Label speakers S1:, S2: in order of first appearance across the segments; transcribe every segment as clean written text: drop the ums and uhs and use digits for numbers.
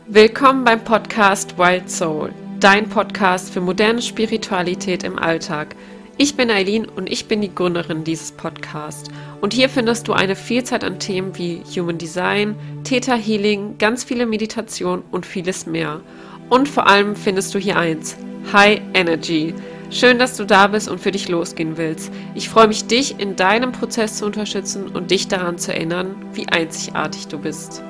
S1: Willkommen beim Podcast Wild Soul, dein Podcast für moderne Spiritualität im Alltag. Ich bin Eileen und ich bin die Gründerin dieses Podcasts. Und hier findest du eine Vielzahl an Themen wie Human Design, Theta Healing, ganz viele Meditationen und vieles mehr. Und vor allem findest du hier eins: High Energy. Schön, dass du da bist und für dich losgehen willst. Ich freue mich, dich in deinem Prozess zu unterstützen und dich daran zu erinnern, wie einzigartig du bist.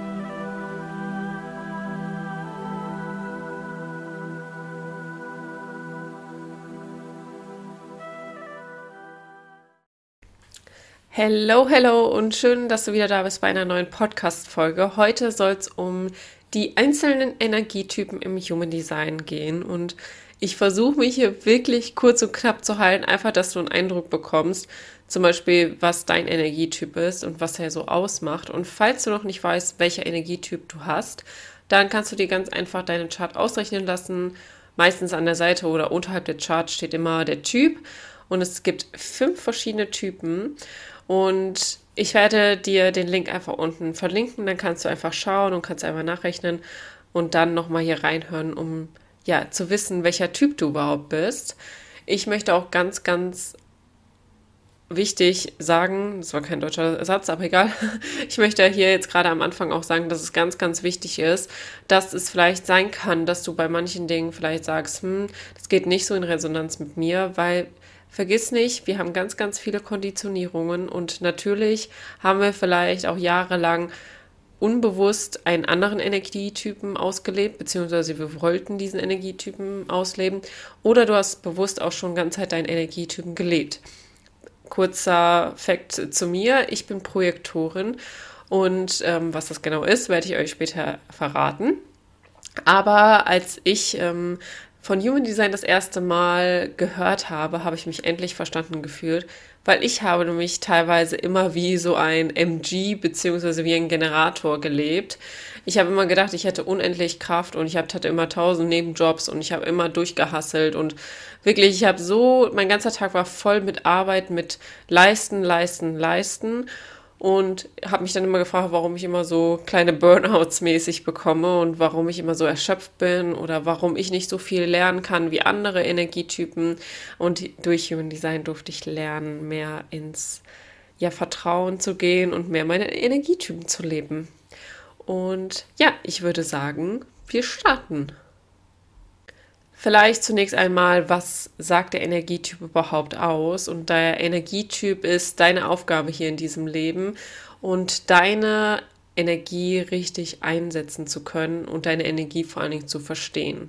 S1: Hello und schön, dass du wieder da bist bei einer neuen Podcast-Folge. Heute soll es um die einzelnen Energietypen im Human Design gehen und ich versuche mich hier wirklich kurz und knapp zu halten, einfach, dass du einen Eindruck bekommst, zum Beispiel, was dein Energietyp ist und was er so ausmacht. Und falls du noch nicht weißt, welcher Energietyp du hast, dann kannst du dir ganz einfach deinen Chart ausrechnen lassen. Meistens an der Seite oder unterhalb der Chart steht immer der Typ und es gibt 5 verschiedene Typen. Und ich werde dir den Link einfach unten verlinken, dann kannst du einfach schauen und kannst einfach nachrechnen und dann nochmal hier reinhören, um ja zu wissen, welcher Typ du überhaupt bist. Ich möchte auch ganz wichtig sagen, das war kein deutscher Satz, aber egal, ich möchte hier jetzt gerade am Anfang auch sagen, dass es ganz wichtig ist, dass es vielleicht sein kann, dass du bei manchen Dingen vielleicht sagst, das geht nicht so in Resonanz mit mir, weil vergiss nicht, wir haben ganz viele Konditionierungen und natürlich haben wir vielleicht auch jahrelang unbewusst einen anderen Energietypen ausgelebt, beziehungsweise wir wollten diesen Energietypen ausleben oder du hast bewusst auch schon ganze Zeit deinen Energietypen gelebt. Kurzer Fact zu mir, ich bin Projektorin und was das genau ist, werde ich euch später verraten. Aber als ich von Human Design das erste Mal gehört habe, habe ich mich endlich verstanden gefühlt, weil ich habe nämlich teilweise immer wie so ein MG bzw. wie ein Generator gelebt. Ich habe immer gedacht, ich hätte unendlich Kraft und ich hatte immer 1000 Nebenjobs und ich habe immer durchgehasselt und wirklich, mein ganzer Tag war voll mit Arbeit, mit Leisten und habe mich dann immer gefragt, warum ich immer so kleine Burnouts mäßig bekomme und warum ich immer so erschöpft bin oder warum ich nicht so viel lernen kann wie andere Energietypen. Und durch Human Design durfte ich lernen, mehr ins Vertrauen zu gehen und mehr meine Energietypen zu leben. Und ja, ich würde sagen, wir starten. Vielleicht zunächst einmal, was sagt der Energietyp überhaupt aus? Und der Energietyp ist deine Aufgabe hier in diesem Leben und deine Energie richtig einsetzen zu können und deine Energie vor allen Dingen zu verstehen.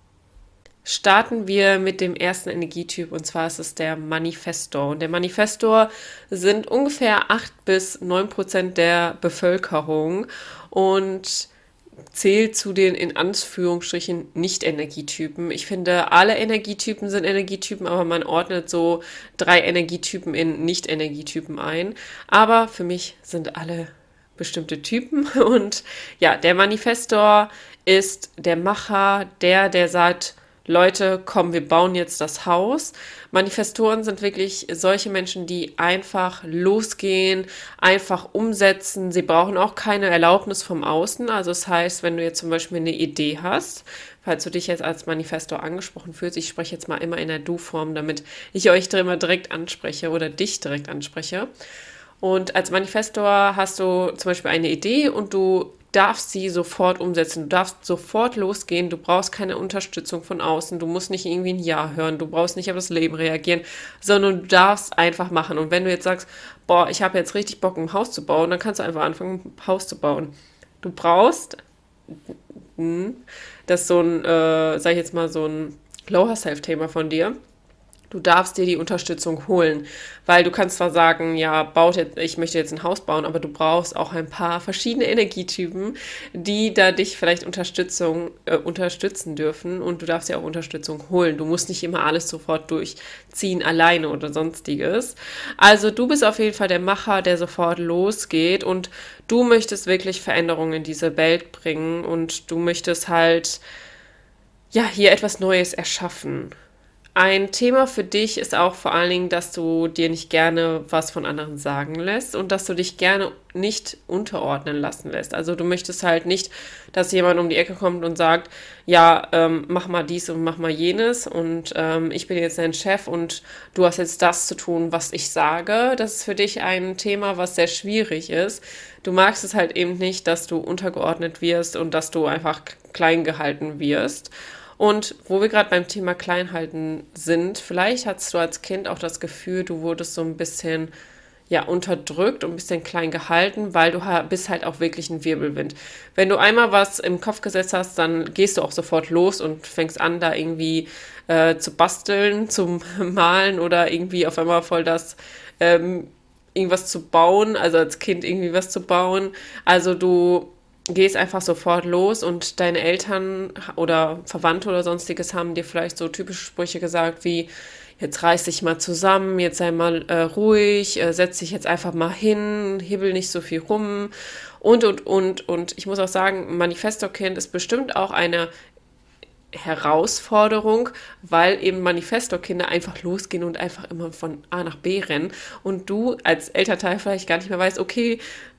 S1: Starten wir mit dem ersten Energietyp und zwar ist es der Manifestor. Und der Manifestor sind ungefähr 8-9% der Bevölkerung und zählt zu den in Anführungsstrichen Nicht-Energietypen. Ich finde, alle Energietypen sind Energietypen, aber man ordnet so 3 Energietypen in Nicht-Energietypen ein. Aber für mich sind alle bestimmte Typen. Und ja, der Manifestor ist der Macher, der sagt, Leute, komm, wir bauen jetzt das Haus. Manifestoren sind wirklich solche Menschen, die einfach losgehen, einfach umsetzen. Sie brauchen auch keine Erlaubnis vom Außen. Also das heißt, wenn du jetzt zum Beispiel eine Idee hast, falls du dich jetzt als Manifestor angesprochen fühlst, ich spreche jetzt mal immer in der Du-Form, damit ich euch immer direkt anspreche oder dich direkt anspreche. Und als Manifestor hast du zum Beispiel eine Idee und du darfst sie sofort umsetzen, du darfst sofort losgehen, du brauchst keine Unterstützung von außen, du musst nicht irgendwie ein Ja hören, du brauchst nicht auf das Leben reagieren, sondern du darfst einfach machen. Und wenn du jetzt sagst, boah, ich habe jetzt richtig Bock, ein Haus zu bauen, dann kannst du einfach anfangen, ein Haus zu bauen. Du brauchst, das ist so ein, sag ich jetzt mal, so ein Lower Self-Thema von dir. Du darfst dir die Unterstützung holen, weil du kannst zwar sagen, ja, ich möchte jetzt ein Haus bauen, aber du brauchst auch ein paar verschiedene Energietypen, die da dich vielleicht unterstützen dürfen und du darfst dir auch Unterstützung holen. Du musst nicht immer alles sofort durchziehen, alleine oder sonstiges. Also du bist auf jeden Fall der Macher, der sofort losgeht und du möchtest wirklich Veränderungen in diese Welt bringen und du möchtest halt, ja, hier etwas Neues erschaffen. Ein Thema für dich ist auch vor allen Dingen, dass du dir nicht gerne was von anderen sagen lässt und dass du dich gerne nicht unterordnen lassen lässt. Also du möchtest halt nicht, dass jemand um die Ecke kommt und sagt, ja, mach mal dies und mach mal jenes und ich bin jetzt dein Chef und du hast jetzt das zu tun, was ich sage. Das ist für dich ein Thema, was sehr schwierig ist. Du magst es halt eben nicht, dass du untergeordnet wirst und dass du einfach klein gehalten wirst. Und wo wir gerade beim Thema Kleinhalten sind, vielleicht hattest du als Kind auch das Gefühl, du wurdest so ein bisschen ja, unterdrückt und ein bisschen klein gehalten, weil du bist halt auch wirklich ein Wirbelwind. Wenn du einmal was im Kopf gesetzt hast, dann gehst du auch sofort los und fängst an, da irgendwie zu basteln, zum Malen oder irgendwie auf einmal voll das irgendwas zu bauen, also als Kind irgendwie was zu bauen. Also du gehst einfach sofort los und deine Eltern oder Verwandte oder sonstiges haben dir vielleicht so typische Sprüche gesagt wie, jetzt reiß dich mal zusammen, jetzt sei mal ruhig, setz dich jetzt einfach mal hin, hibbel nicht so viel rum und ich muss auch sagen, Manifestor-Kind ist bestimmt auch eine Herausforderung, weil eben Manifestor-Kinder einfach losgehen und einfach immer von A nach B rennen und du als Elternteil vielleicht gar nicht mehr weißt, okay,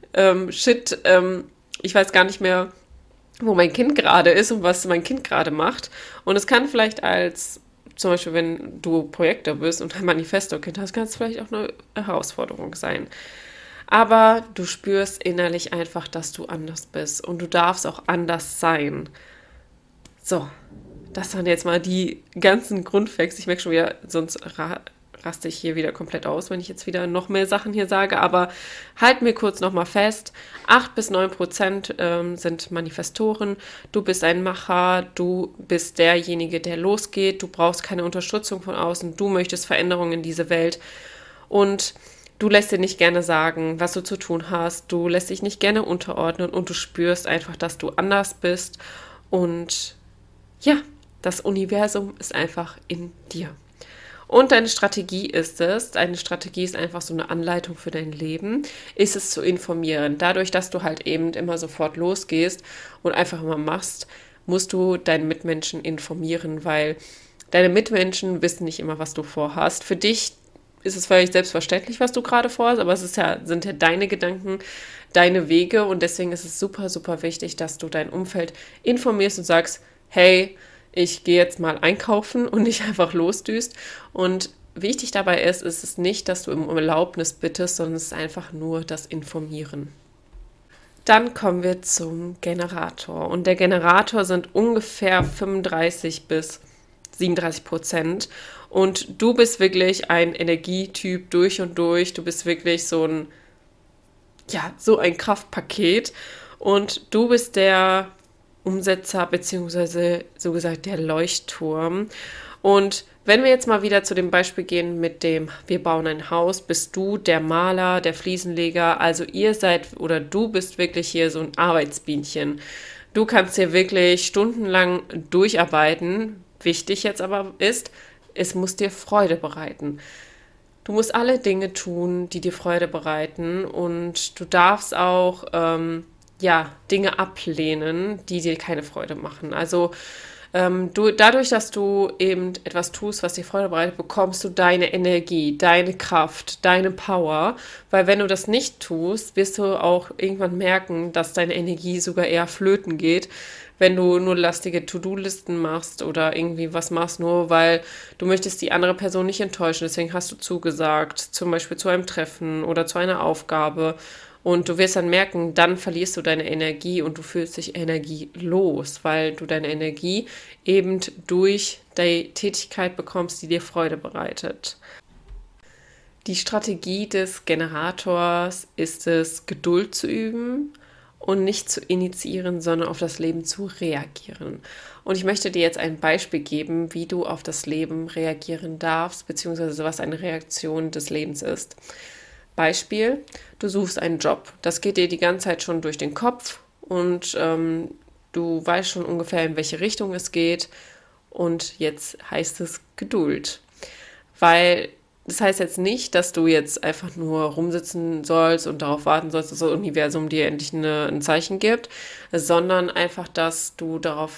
S1: ich weiß gar nicht mehr, wo mein Kind gerade ist und was mein Kind gerade macht. Und es kann vielleicht als, zum Beispiel, wenn du Projektor bist und ein Manifestor-Kind hast, kann es vielleicht auch eine Herausforderung sein. Aber du spürst innerlich einfach, dass du anders bist und du darfst auch anders sein. So, das waren jetzt mal die ganzen Grundfacts. Ich merke schon wieder, sonst raste ich hier wieder komplett aus, wenn ich jetzt wieder noch mehr Sachen hier sage, aber halt mir kurz nochmal fest, 8-9% sind Manifestoren, du bist ein Macher, du bist derjenige, der losgeht, du brauchst keine Unterstützung von außen, du möchtest Veränderungen in diese Welt und du lässt dir nicht gerne sagen, was du zu tun hast, du lässt dich nicht gerne unterordnen und du spürst einfach, dass du anders bist und ja, das Universum ist einfach in dir. Und deine Strategie ist es, eine Strategie ist einfach so eine Anleitung für dein Leben, ist es zu informieren. Dadurch, dass du halt eben immer sofort losgehst und einfach immer machst, musst du deine Mitmenschen informieren, weil deine Mitmenschen wissen nicht immer, was du vorhast. Für dich ist es völlig selbstverständlich, was du gerade vorhast, aber sind ja deine Gedanken, deine Wege und deswegen ist es super, super wichtig, dass du dein Umfeld informierst und sagst, hey, ich gehe jetzt mal einkaufen und nicht einfach losdüst. Und wichtig dabei ist es nicht, dass du um Erlaubnis bittest, sondern es ist einfach nur das Informieren. Dann kommen wir zum Generator. Und der Generator sind ungefähr 35-37%. Und du bist wirklich ein Energietyp durch und durch. Du bist wirklich so ein Kraftpaket. Und du bist der Umsetzer beziehungsweise so gesagt der Leuchtturm. Und wenn wir jetzt mal wieder zu dem Beispiel gehen mit dem, wir bauen ein Haus, bist du der Maler, der Fliesenleger, also ihr seid oder du bist wirklich hier so ein Arbeitsbienchen. Du kannst hier wirklich stundenlang durcharbeiten. Wichtig jetzt aber ist, es muss dir Freude bereiten. Du musst alle Dinge tun, die dir Freude bereiten und du darfst auch Dinge ablehnen, die dir keine Freude machen. Also dadurch, dass du eben etwas tust, was dir Freude bereitet, bekommst du deine Energie, deine Kraft, deine Power, weil wenn du das nicht tust, wirst du auch irgendwann merken, dass deine Energie sogar eher flöten geht, wenn du nur lastige To-Do-Listen machst oder irgendwie was machst, nur weil du möchtest die andere Person nicht enttäuschen, deswegen hast du zugesagt, zum Beispiel zu einem Treffen oder zu einer Aufgabe. Und du wirst dann merken, dann verlierst du deine Energie und du fühlst dich energielos, weil du deine Energie eben durch die Tätigkeit bekommst, die dir Freude bereitet. Die Strategie des Generators ist es, Geduld zu üben und nicht zu initiieren, sondern auf das Leben zu reagieren. Und ich möchte dir jetzt ein Beispiel geben, wie du auf das Leben reagieren darfst, beziehungsweise was eine Reaktion des Lebens ist. Beispiel, du suchst einen Job. Das geht dir die ganze Zeit schon durch den Kopf und du weißt schon ungefähr, in welche Richtung es geht. Und jetzt heißt es Geduld. Weil das heißt jetzt nicht, dass du jetzt einfach nur rumsitzen sollst und darauf warten sollst, dass das Universum dir endlich ein Zeichen gibt, sondern einfach, dass du darauf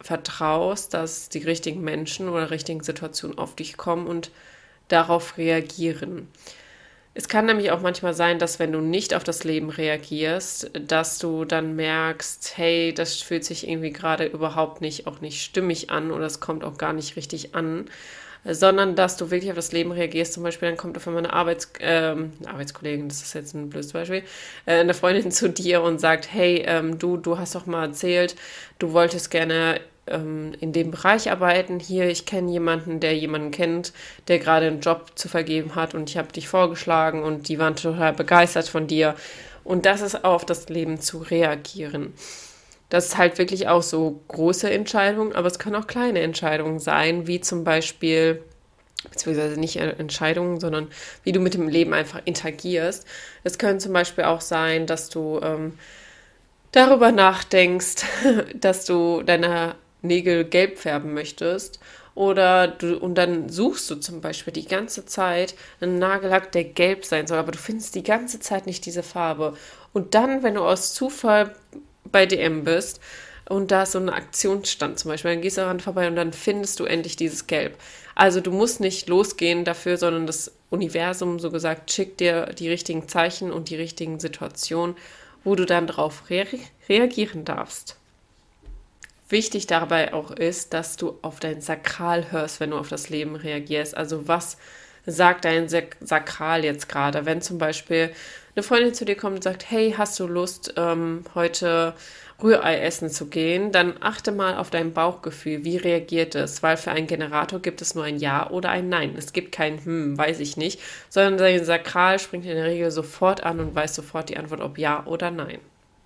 S1: vertraust, dass die richtigen Menschen oder richtigen Situationen auf dich kommen und darauf reagieren. Es kann nämlich auch manchmal sein, dass wenn du nicht auf das Leben reagierst, dass du dann merkst, hey, das fühlt sich irgendwie gerade überhaupt nicht, auch nicht stimmig an oder es kommt auch gar nicht richtig an, sondern dass du wirklich auf das Leben reagierst. Zum Beispiel, dann kommt auf einmal eine Arbeitskollegin, das ist jetzt ein blödes Beispiel, eine Freundin zu dir und sagt, hey, du hast doch mal erzählt, du wolltest gerne in dem Bereich arbeiten. Hier, ich kenne jemanden, der jemanden kennt, der gerade einen Job zu vergeben hat und ich habe dich vorgeschlagen und die waren total begeistert von dir. Und das ist auf das Leben zu reagieren. Das ist halt wirklich auch so große Entscheidungen, aber es können auch kleine Entscheidungen sein, wie zum Beispiel, beziehungsweise nicht Entscheidungen, sondern wie du mit dem Leben einfach interagierst. Es können zum Beispiel auch sein, dass du darüber nachdenkst, dass du deine Nägel gelb färben möchtest und dann suchst du zum Beispiel die ganze Zeit einen Nagellack, der gelb sein soll, aber du findest die ganze Zeit nicht diese Farbe. Und dann, wenn du aus Zufall bei DM bist und da ist so ein Aktionsstand zum Beispiel, dann gehst du daran vorbei und dann findest du endlich dieses Gelb. Also du musst nicht losgehen dafür, sondern das Universum, so gesagt, schickt dir die richtigen Zeichen und die richtigen Situationen, wo du dann darauf reagieren darfst. Wichtig dabei auch ist, dass du auf dein Sakral hörst, wenn du auf das Leben reagierst. Also was sagt dein Sakral jetzt gerade? Wenn zum Beispiel eine Freundin zu dir kommt und sagt, hey, hast du Lust, heute Rührei essen zu gehen, dann achte mal auf dein Bauchgefühl. Wie reagiert es? Weil für einen Generator gibt es nur ein Ja oder ein Nein. Es gibt kein weiß ich nicht, sondern dein Sakral springt in der Regel sofort an und weiß sofort die Antwort, ob Ja oder Nein.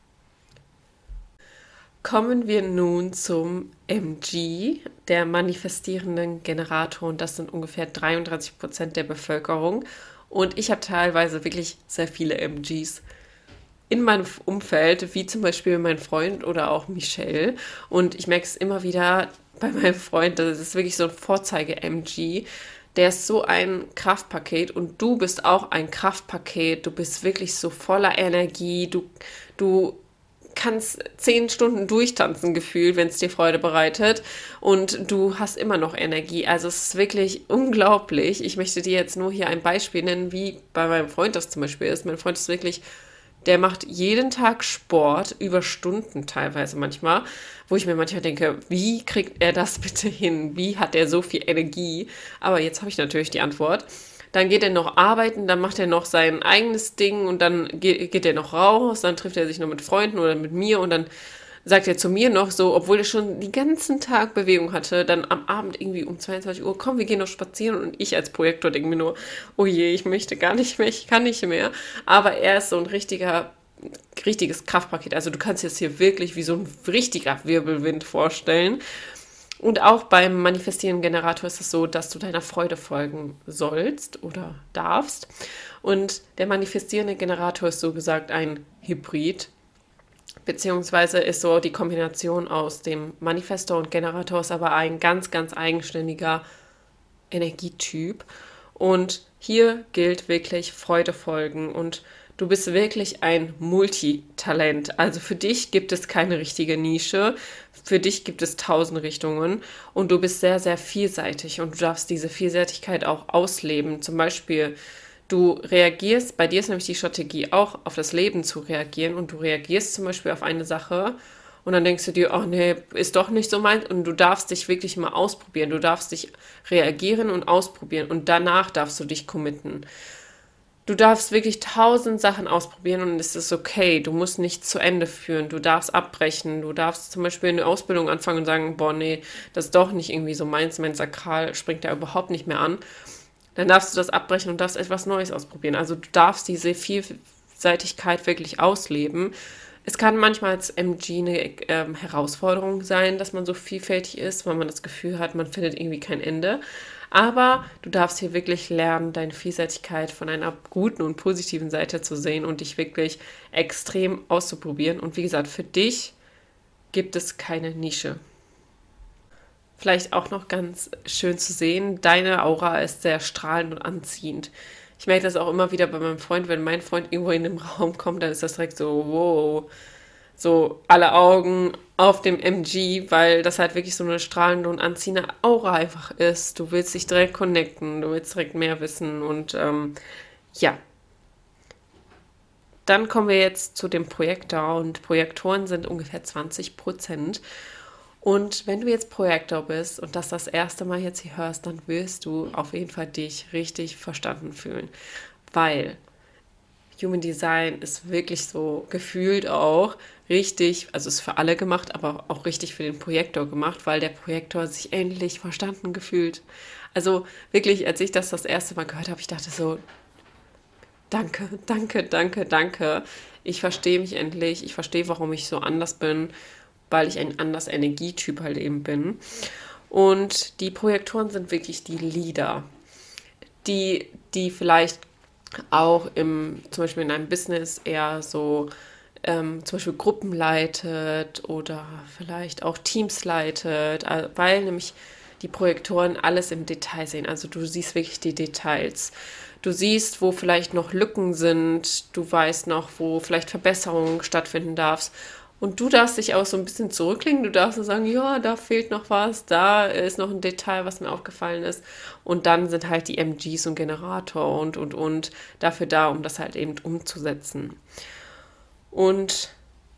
S1: Kommen wir nun zum MG, der manifestierenden Generator, und das sind ungefähr 33% der Bevölkerung. Und ich habe teilweise wirklich sehr viele MGs in meinem Umfeld, wie zum Beispiel mein Freund oder auch Michelle. Und ich merke es immer wieder bei meinem Freund, das ist wirklich so ein Vorzeige-MG. Der ist so ein Kraftpaket und du bist auch ein Kraftpaket. Du bist wirklich so voller Energie. Du kannst 10 Stunden durchtanzen gefühlt, wenn es dir Freude bereitet und du hast immer noch Energie. Also es ist wirklich unglaublich. Ich möchte dir jetzt nur hier ein Beispiel nennen, wie bei meinem Freund das zum Beispiel ist. Mein Freund ist wirklich, der macht jeden Tag Sport, über Stunden teilweise manchmal, wo ich mir manchmal denke, wie kriegt er das bitte hin? Wie hat er so viel Energie? Aber jetzt habe ich natürlich die Antwort. Dann geht er noch arbeiten, dann macht er noch sein eigenes Ding und dann geht er noch raus, dann trifft er sich noch mit Freunden oder mit mir und dann sagt er zu mir noch so, obwohl er schon den ganzen Tag Bewegung hatte, dann am Abend irgendwie um 22 Uhr, komm, wir gehen noch spazieren und ich als Projektor denke mir nur, oh je, ich möchte gar nicht mehr, ich kann nicht mehr. Aber er ist so ein richtiges Kraftpaket. Also du kannst jetzt hier wirklich wie so ein richtiger Wirbelwind vorstellen. Und auch beim manifestierenden Generator ist es so, dass du deiner Freude folgen sollst oder darfst. Und der manifestierende Generator ist so gesagt ein Hybrid, beziehungsweise ist so die Kombination aus dem Manifestor und Generator, ist aber ein ganz, ganz eigenständiger Energietyp. Und hier gilt wirklich Freude folgen und du bist wirklich ein Multitalent. Also für dich gibt es keine richtige Nische. Für dich gibt es 1000 Richtungen und du bist sehr, sehr vielseitig und du darfst diese Vielseitigkeit auch ausleben. Zum Beispiel, du reagierst, bei dir ist nämlich die Strategie auch auf das Leben zu reagieren und du reagierst zum Beispiel auf eine Sache und dann denkst du dir, oh nee, ist doch nicht so meins und du darfst dich wirklich mal ausprobieren. Du darfst dich reagieren und ausprobieren und danach darfst du dich committen. Du darfst wirklich 1000 Sachen ausprobieren und es ist okay. Du musst nicht zu Ende führen. Du darfst abbrechen. Du darfst zum Beispiel eine Ausbildung anfangen und sagen, boah, nee, das ist doch nicht irgendwie so meins. Mein Sakral springt da überhaupt nicht mehr an. Dann darfst du das abbrechen und darfst etwas Neues ausprobieren. Also du darfst diese Vielseitigkeit wirklich ausleben. Es kann manchmal als MG eine Herausforderung sein, dass man so vielfältig ist, weil man das Gefühl hat, man findet irgendwie kein Ende. Aber du darfst hier wirklich lernen, deine Vielseitigkeit von einer guten und positiven Seite zu sehen und dich wirklich extrem auszuprobieren. Und wie gesagt, für dich gibt es keine Nische. Vielleicht auch noch ganz schön zu sehen, deine Aura ist sehr strahlend und anziehend. Ich merke das auch immer wieder bei meinem Freund, wenn mein Freund irgendwo in den Raum kommt, dann ist das direkt so, wow, so alle Augen auf dem MG, weil das halt wirklich so eine strahlende und anziehende Aura einfach ist. Du willst dich direkt connecten, du willst direkt mehr wissen und ja. Dann kommen wir jetzt zu dem Projektor und Projektoren sind ungefähr 20%. Und wenn du jetzt Projektor bist und das erste Mal jetzt hier hörst, dann wirst du auf jeden Fall dich richtig verstanden fühlen, weil Human Design ist wirklich so gefühlt auch richtig, also ist für alle gemacht, aber auch richtig für den Projektor gemacht, weil der Projektor sich endlich verstanden gefühlt. Also wirklich, als ich das erste Mal gehört habe, ich dachte so, danke, danke, danke, danke. Ich verstehe mich endlich, ich verstehe, warum ich so anders bin, weil ich ein anders Energietyp halt eben bin. Und die Projektoren sind wirklich die Leader, die vielleicht auch zum Beispiel in einem Business eher so zum Beispiel Gruppen leitet oder vielleicht auch Teams leitet, weil nämlich die Projektoren alles im Detail sehen. Also du siehst wirklich die Details. Du siehst, wo vielleicht noch Lücken sind, du weißt noch, wo vielleicht Verbesserungen stattfinden darf. Und du darfst dich auch so ein bisschen zurücklegen, du darfst so sagen, ja, da fehlt noch was, da ist noch ein Detail, was mir aufgefallen ist. Und dann sind halt die MGs und Generator und dafür da, um das halt eben umzusetzen. Und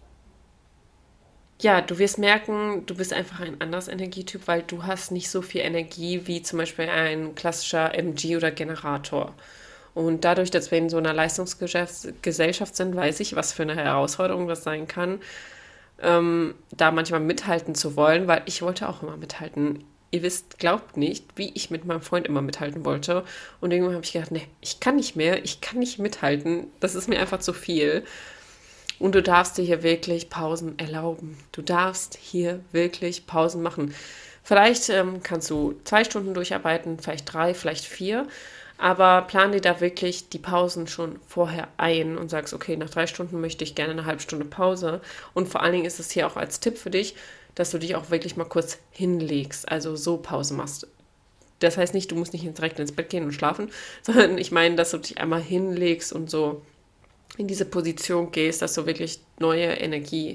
S1: ja, du wirst merken, du bist einfach ein anderes Energietyp, weil du hast nicht so viel Energie wie zum Beispiel ein klassischer MG oder Generator. Und dadurch, dass wir in so einer Leistungsgesellschaft sind, weiß ich, was für eine Herausforderung das sein kann, da manchmal mithalten zu wollen, weil ich wollte auch immer mithalten. Ihr wisst, glaubt nicht, wie ich mit meinem Freund immer mithalten wollte. Und irgendwann habe ich gedacht, nee, ich kann nicht mehr, ich kann nicht mithalten. Das ist mir einfach zu viel. Und du darfst dir hier wirklich Pausen erlauben. Du darfst hier wirklich Pausen machen. Vielleicht kannst du 2 Stunden durcharbeiten, vielleicht 3, vielleicht 4. Aber plan dir da wirklich die Pausen schon vorher ein und sagst, okay, nach 3 Stunden möchte ich gerne eine halbe Stunde Pause. Und vor allen Dingen ist es hier auch als Tipp für dich, dass du dich auch wirklich mal kurz hinlegst, also so Pause machst. Das heißt nicht, du musst nicht direkt ins Bett gehen und schlafen, sondern ich meine, dass du dich einmal hinlegst und so in diese Position gehst, dass du wirklich neue Energie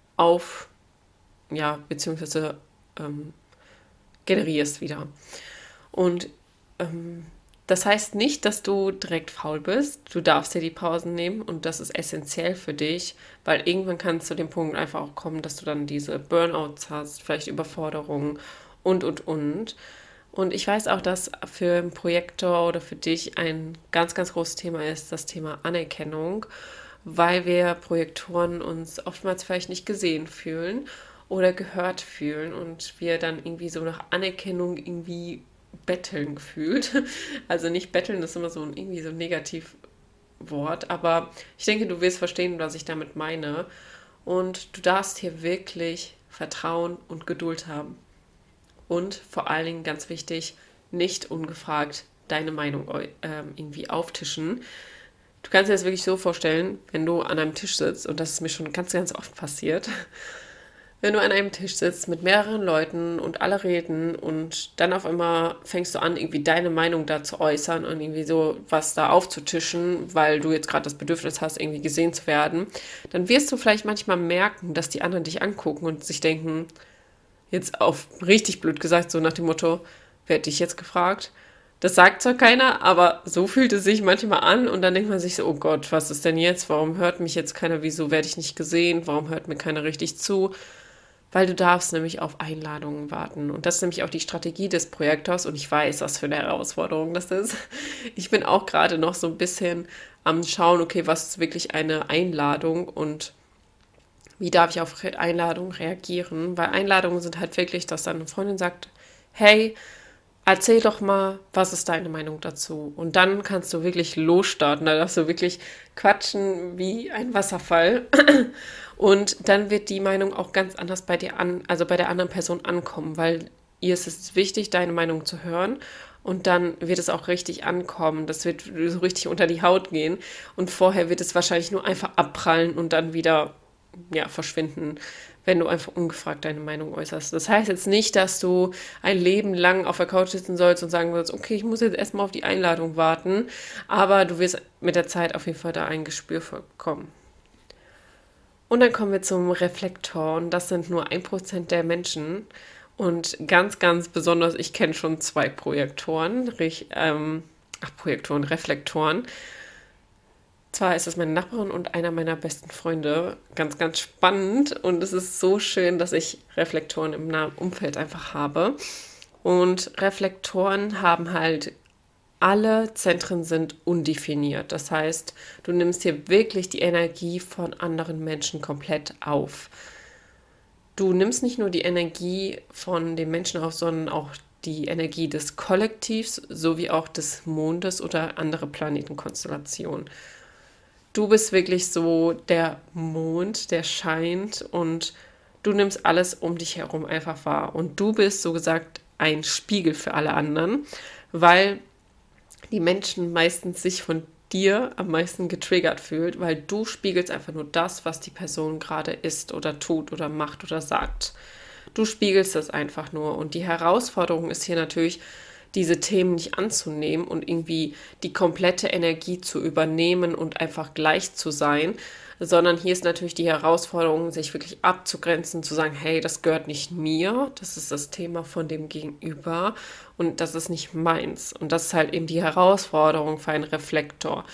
S1: beziehungsweise generierst wieder. Und das heißt nicht, dass du direkt faul bist. Du darfst dir die Pausen nehmen und das ist essentiell für dich, weil irgendwann kann es zu dem Punkt einfach auch kommen, dass du dann diese Burnouts hast, vielleicht Überforderungen und. Und ich weiß auch, dass für einen Projektor oder für dich ein ganz, ganz großes Thema ist, das Thema Anerkennung, weil wir Projektoren uns oftmals vielleicht nicht gesehen fühlen oder gehört fühlen und wir dann irgendwie so nach Anerkennung irgendwie betteln gefühlt. Also nicht betteln, das ist immer so irgendwie so ein Negativwort, aber ich denke, du wirst verstehen, was ich damit meine. Und du darfst hier wirklich Vertrauen und Geduld haben. Und vor allen Dingen, ganz wichtig, nicht ungefragt deine Meinung irgendwie auftischen. Du kannst dir das wirklich so vorstellen, wenn du an einem Tisch sitzt, und das ist mir schon ganz, ganz oft passiert, wenn du an einem Tisch sitzt mit mehreren Leuten und alle reden und dann auf einmal fängst du an, irgendwie deine Meinung da zu äußern und irgendwie so was da aufzutischen, weil du jetzt gerade das Bedürfnis hast, irgendwie gesehen zu werden, dann wirst du vielleicht manchmal merken, dass die anderen dich angucken und sich denken, jetzt auf richtig blöd gesagt, so nach dem Motto, wer hat dich jetzt gefragt? Das sagt zwar keiner, aber so fühlt es sich manchmal an und dann denkt man sich so, oh Gott, was ist denn jetzt? Warum hört mich jetzt keiner? Wieso werde ich nicht gesehen? Warum hört mir keiner richtig zu? Weil du darfst nämlich auf Einladungen warten. Und das ist nämlich auch die Strategie des Projektors. Und ich weiß, was für eine Herausforderung das ist. Ich bin auch gerade noch so ein bisschen am Schauen, okay, was ist wirklich eine Einladung und wie darf ich auf Einladungen reagieren? Weil Einladungen sind halt wirklich, dass dann eine Freundin sagt, hey, erzähl doch mal, was ist deine Meinung dazu? Und dann kannst du wirklich losstarten. Da darfst du wirklich quatschen wie ein Wasserfall. Und dann wird die Meinung auch ganz anders bei dir also bei der anderen Person ankommen, weil ihr ist es wichtig, deine Meinung zu hören. Und dann wird es auch richtig ankommen. Das wird so richtig unter die Haut gehen. Und vorher wird es wahrscheinlich nur einfach abprallen und dann wieder verschwinden, wenn du einfach ungefragt deine Meinung äußerst. Das heißt jetzt nicht, dass du ein Leben lang auf der Couch sitzen sollst und sagen sollst, okay, ich muss jetzt erstmal auf die Einladung warten, aber du wirst mit der Zeit auf jeden Fall da ein Gespür für bekommen. Und dann kommen wir zum Reflektor und das sind nur 1% der Menschen. Und ganz, ganz besonders, ich kenne schon 2 Projektoren, Reflektoren. Zwar ist es meine Nachbarin und einer meiner besten Freunde. Ganz, ganz spannend. Und es ist so schön, dass ich Reflektoren im nahen Umfeld einfach habe. Und Reflektoren haben halt, alle Zentren sind undefiniert. Das heißt, du nimmst hier wirklich die Energie von anderen Menschen komplett auf. Du nimmst nicht nur die Energie von den Menschen auf, sondern auch die Energie des Kollektivs sowie auch des Mondes oder andere Planetenkonstellationen. Du bist wirklich so der Mond, der scheint und du nimmst alles um dich herum einfach wahr. Und du bist so gesagt ein Spiegel für alle anderen, weil die Menschen meistens sich von dir am meisten getriggert fühlt, weil du spiegelst einfach nur das, was die Person gerade ist oder tut oder macht oder sagt. Du spiegelst das einfach nur. Und die Herausforderung ist hier natürlich, diese Themen nicht anzunehmen und irgendwie die komplette Energie zu übernehmen und einfach gleich zu sein, sondern hier ist natürlich die Herausforderung, sich wirklich abzugrenzen, zu sagen, hey, das gehört nicht mir, das ist das Thema von dem Gegenüber und das ist nicht meins. Und das ist halt eben die Herausforderung für einen Reflektor.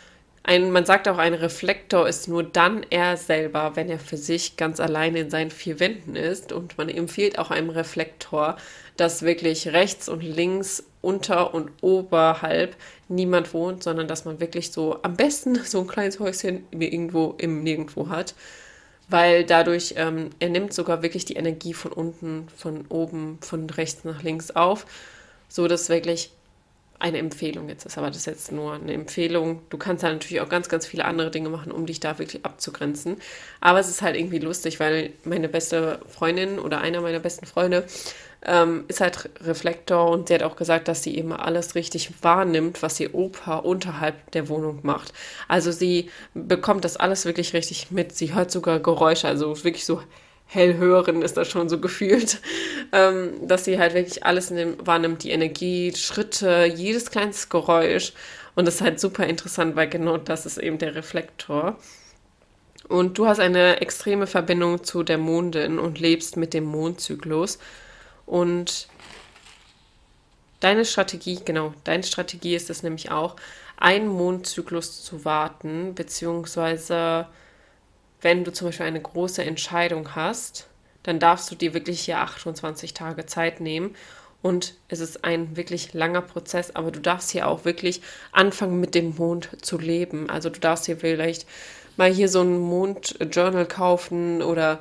S1: Man sagt auch, ein Reflektor ist nur dann er selber, wenn er für sich ganz alleine in seinen 4 Wänden ist. Und man empfiehlt auch einem Reflektor, dass wirklich rechts und links, unter und oberhalb niemand wohnt, sondern dass man wirklich so am besten so ein kleines Häuschen irgendwo im Nirgendwo hat. Weil dadurch, er nimmt sogar wirklich die Energie von unten, von oben, von rechts nach links auf, so dass wirklich eine Empfehlung jetzt ist, aber das ist jetzt nur eine Empfehlung. Du kannst halt natürlich auch ganz, ganz viele andere Dinge machen, um dich da wirklich abzugrenzen. Aber es ist halt irgendwie lustig, weil meine beste Freundin oder einer meiner besten Freunde ist halt Reflektor und sie hat auch gesagt, dass sie eben alles richtig wahrnimmt, was ihr Opa unterhalb der Wohnung macht. Also sie bekommt das alles wirklich richtig mit. Sie hört sogar Geräusche, also wirklich so hellhören ist das schon so gefühlt, dass sie halt wirklich alles wahrnimmt, die Energie, Schritte, jedes kleines Geräusch. Und das ist halt super interessant, weil genau das ist eben der Reflektor. Und du hast eine extreme Verbindung zu der Mondin und lebst mit dem Mondzyklus. Und deine Strategie ist es nämlich auch, einen Mondzyklus zu warten, beziehungsweise wenn du zum Beispiel eine große Entscheidung hast, dann darfst du dir wirklich hier 28 Tage Zeit nehmen. Und es ist ein wirklich langer Prozess, aber du darfst hier auch wirklich anfangen, mit dem Mond zu leben. Also du darfst hier vielleicht mal hier so ein Mond-Journal kaufen oder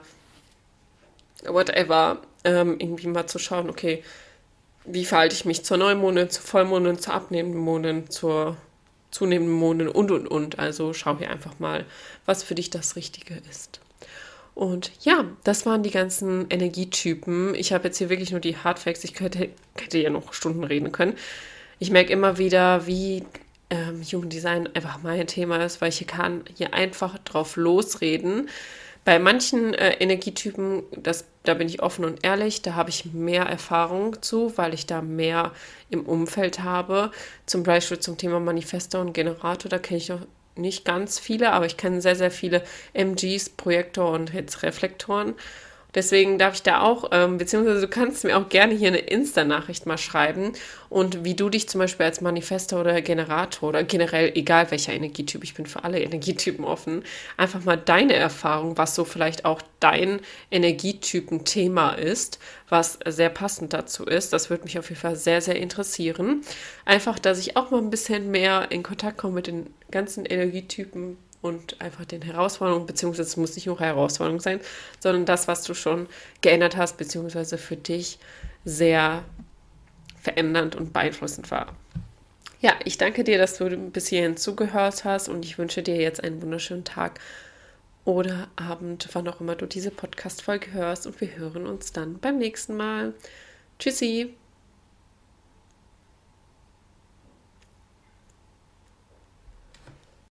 S1: whatever, irgendwie mal zu schauen, okay, wie verhalte ich mich zur Neumondin, zur Vollmondin, zur abnehmenden Mondin, zur zunehmenden Mondin und. Also schau hier einfach mal, was für dich das Richtige ist. Und ja, das waren die ganzen Energietypen. Ich habe jetzt hier wirklich nur die Hardfacts. Ich hätte ja noch Stunden reden können. Ich merke immer wieder, wie Human Design einfach mein Thema ist, weil ich hier einfach drauf losreden. Bei manchen Energietypen, da bin ich offen und ehrlich, da habe ich mehr Erfahrung zu, weil ich da mehr im Umfeld habe. Zum Beispiel zum Thema Manifestor und Generator, da kenne ich noch nicht ganz viele, aber ich kenne sehr, sehr viele MGs, Projektor und jetzt Reflektoren. Deswegen darf ich da auch, beziehungsweise du kannst mir auch gerne hier eine Insta-Nachricht mal schreiben und wie du dich zum Beispiel als Manifestor oder Generator oder generell, egal welcher Energietyp, ich bin für alle Energietypen offen, einfach mal deine Erfahrung, was so vielleicht auch dein Energietypen-Thema ist, was sehr passend dazu ist. Das würde mich auf jeden Fall sehr, sehr interessieren. Einfach, dass ich auch mal ein bisschen mehr in Kontakt komme mit den ganzen Energietypen und einfach den Herausforderungen, beziehungsweise es muss nicht nur Herausforderung sein, sondern das, was du schon geändert hast, beziehungsweise für dich sehr verändernd und beeinflussend war. Ja, ich danke dir, dass du bis hierhin zugehört hast und ich wünsche dir jetzt einen wunderschönen Tag oder Abend, wann auch immer du diese Podcast-Folge hörst und wir hören uns dann beim nächsten Mal. Tschüssi!